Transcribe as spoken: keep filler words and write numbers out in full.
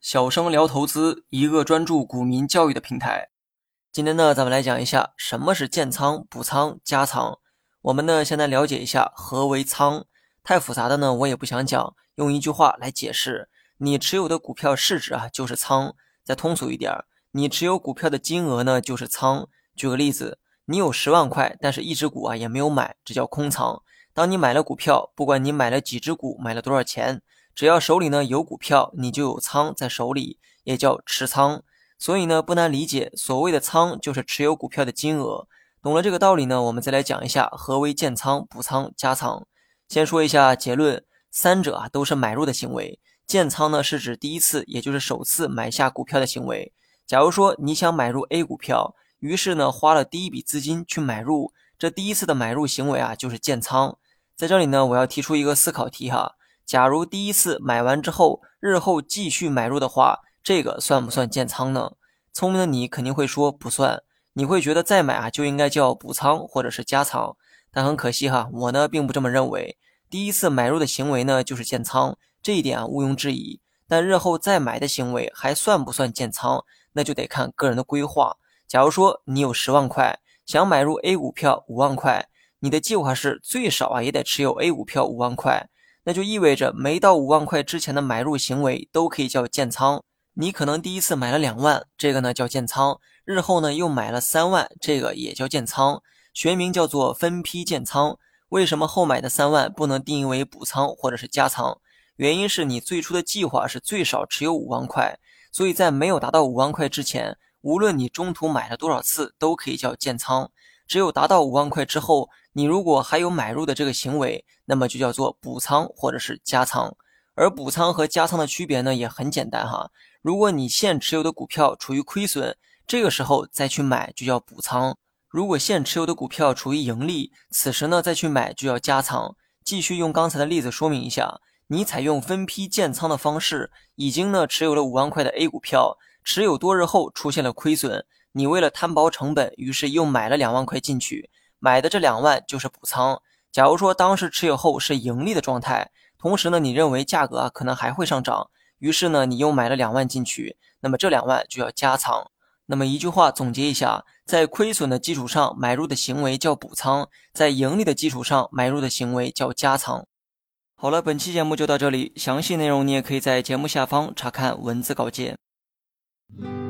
小生聊投资，一个专注股民教育的平台。今天呢，咱们来讲一下什么是建仓、补仓、加仓。我们呢，先来了解一下何为仓。太复杂的呢，我也不想讲，用一句话来解释：你持有的股票市值啊，就是仓。再通俗一点，你持有股票的金额呢，就是仓。举个例子，你有十万块，但是一只股啊也没有买，这叫空仓。当你买了股票，不管你买了几只股，买了多少钱，只要手里呢有股票，你就有仓在手里，也叫持仓。所以呢，不难理解，所谓的仓就是持有股票的金额。懂了这个道理呢，我们再来讲一下何为建仓、补仓、加仓。先说一下结论，三者啊都是买入的行为。建仓呢是指第一次，也就是首次买下股票的行为。假如说你想买入 A 股票，于是呢花了第一笔资金去买入，这第一次的买入行为啊就是建仓。在这里呢，我要提出一个思考题哈。假如第一次买完之后，日后继续买入的话，这个算不算建仓呢？聪明的你肯定会说不算，你会觉得再买啊就应该叫补仓或者是加仓。但很可惜哈，我呢并不这么认为。第一次买入的行为呢就是建仓，这一点啊毋庸置疑。但日后再买的行为还算不算建仓，那就得看个人的规划。假如说你有十万块，想买入 A 股票五万块，你的计划是最少啊也得持有 A 股票五万块。那就意味着没到五万块之前的买入行为都可以叫建仓。你可能第一次买了两万，这个呢叫建仓，日后呢又买了三万，这个也叫建仓，学名叫做分批建仓。为什么后买的三万不能定义为补仓或者是加仓？原因是你最初的计划是最少持有五万块，所以在没有达到五万块之前，无论你中途买了多少次都可以叫建仓。只有达到五万块之后，你如果还有买入的这个行为，那么就叫做补仓或者是加仓。而补仓和加仓的区别呢也很简单哈。如果你现持有的股票处于亏损，这个时候再去买就叫补仓。如果现持有的股票处于盈利，此时呢再去买就要加仓。继续用刚才的例子说明一下，你采用分批建仓的方式，已经呢持有了五万块的 A 股票，持有多日后出现了亏损，你为了摊薄成本，于是又买了两万块进去，买的这两万就是补仓。假如说当时持有后是盈利的状态，同时呢你认为价格啊可能还会上涨，于是呢你又买了两万进去，那么这两万就要加仓。那么一句话总结一下，在亏损的基础上买入的行为叫补仓，在盈利的基础上买入的行为叫加仓。好了，本期节目就到这里，详细内容你也可以在节目下方查看文字稿件。